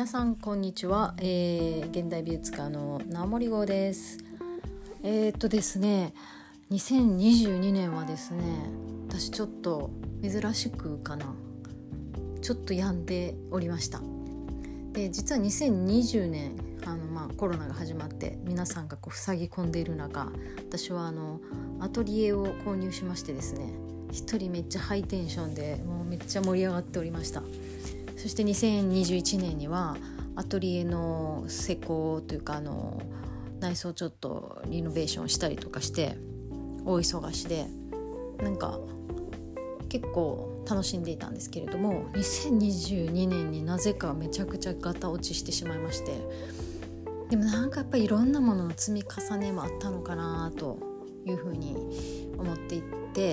さんこんにちは、現代美術家の直森号です。ですね2022年はですね、私ちょっと珍しくかなちょっと病んでおりました。で実は2020年コロナが始まって皆さんが塞ぎ込んでいる中、私はアトリエを購入しましてですね、一人めっちゃハイテンションでもうめっちゃ盛り上がっておりました。そして2021年にはアトリエの施工というか内装ちょっとリノベーションしたりとかして大忙しで結構楽しんでいたんですけれども、2022年になぜかめちゃくちゃガタ落ちしてしまいまして、でもやっぱりいろんなものの積み重ねもあったのかなというふうに思っていって、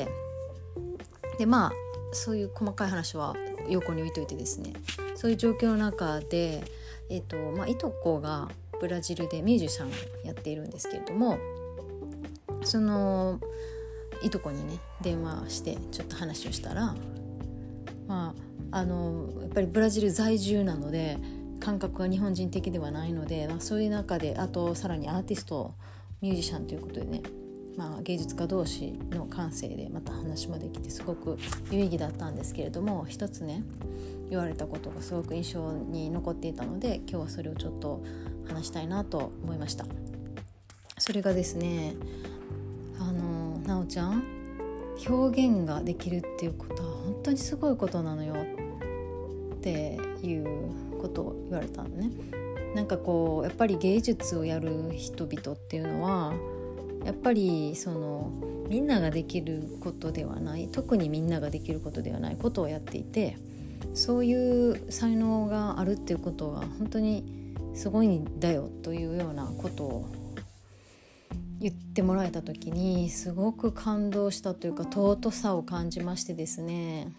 でそういう細かい話は横に置いといてですね、そういう状況の中で、いとこがブラジルでミュージシャンをやっているんですけれども、そのいとこにね電話してちょっと話をしたら、やっぱりブラジル在住なので感覚が日本人的ではないので、そういう中であとさらにアーティストミュージシャンということでね、芸術家同士の感性でまた話もできてすごく有意義だったんですけれども、一つね言われたことがすごく印象に残っていたので、今日はそれをちょっと話したいなと思いました。それがですね、なおちゃん、表現ができるっていうことは本当にすごいことなのよっていうことを言われたのね。やっぱり芸術をやる人々っていうのはやっぱりみんなができることではない、特にみんなができることではないことをやっていて、そういう才能があるっていうことが本当にすごいんだよというようなことを言ってもらえた時にすごく感動したというか尊さを感じましてですね、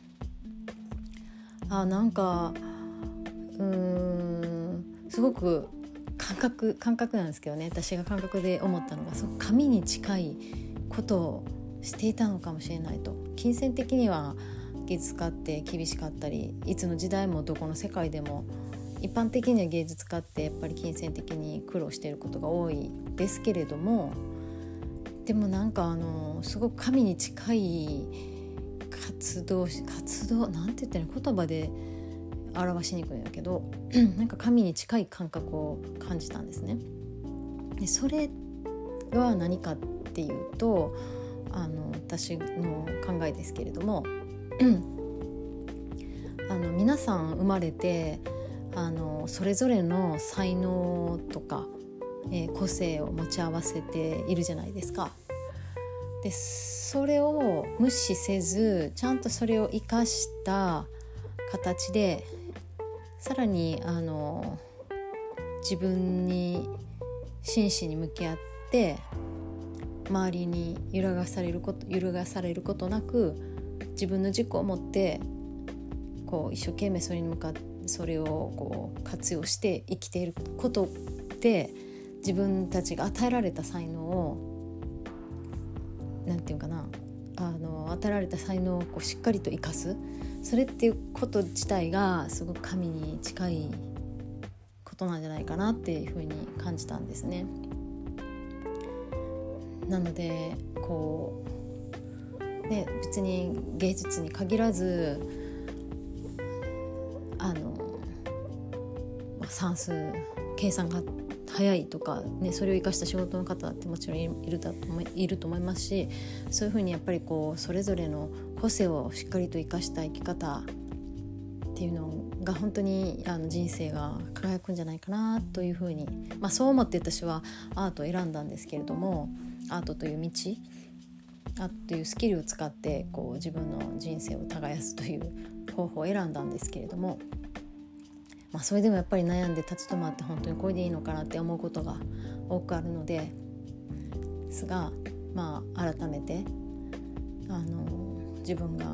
すごく感覚なんですけどね、私が感覚で思ったのがすごく神に近いことをしていたのかもしれないと。金銭的には芸術家って厳しかったり、いつの時代もどこの世界でも一般的には芸術家ってやっぱり金銭的に苦労していることが多いですけれども、でもすごく神に近い活動なんて言ったら言葉で表しにくいんだけど神に近い感覚を感じたんですね。でそれは何かっていうと私の考えですけれども皆さん生まれてそれぞれの才能とか、個性を持ち合わせているじゃないですか。でそれを無視せずちゃんとそれを生かした形でさらに自分に真摯に向き合って周りに揺るがされることなく自分の軸を持って一生懸命それに向かってそれを活用して生きていることで、自分たちが与えられた才能を与えられた才能をしっかりと生かす、それっていうこと自体がすごく神に近いことなんじゃないかなっていうふうに感じたんですね。なので別に芸術に限らず算数計算が早いとか、それを生かした仕事の方ってもちろんいると思いますし、そういうふうにやっぱりそれぞれの個性をしっかりと生かした生き方っていうのが本当に人生が輝くんじゃないかなというふうに、そう思って私はアートを選んだんですけれども、アートという道というスキルを使って自分の人生を耕すという方法を選んだんですけれども、それでもやっぱり悩んで立ち止まって本当にこれでいいのかなって思うことが多くあるのですが、改めて自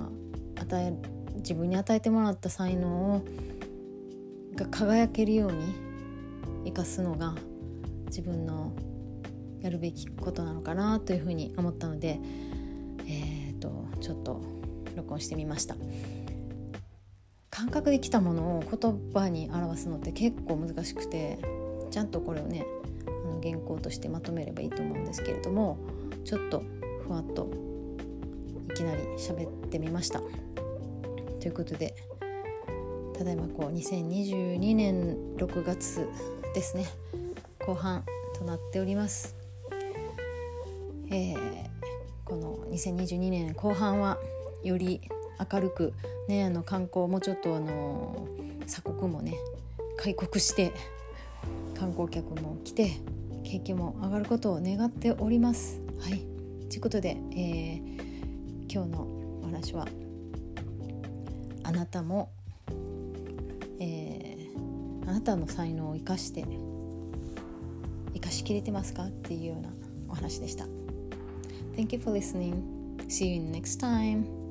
分に与えてもらった才能が輝けるように生かすのが自分のやるべきことなのかなというふうに思ったので、ちょっと録音してみました。 感覚で来たものを言葉に表すのって結構難しくて、ちゃんとこれをね原稿としてまとめればいいと思うんですけれども、ちょっとふわっといきなり喋ってみました。ということで、ただいま2022年6月ですね、後半となっております。この2022年後半はより明るくね、観光もちょっと鎖国もね開国して観光客も来て景気も上がることを願っております。はい、ということで、今日のお話は、あなたも、あなたの才能を生かしきれてますかっていうようなお話でした。Thank you for listening. See you next time.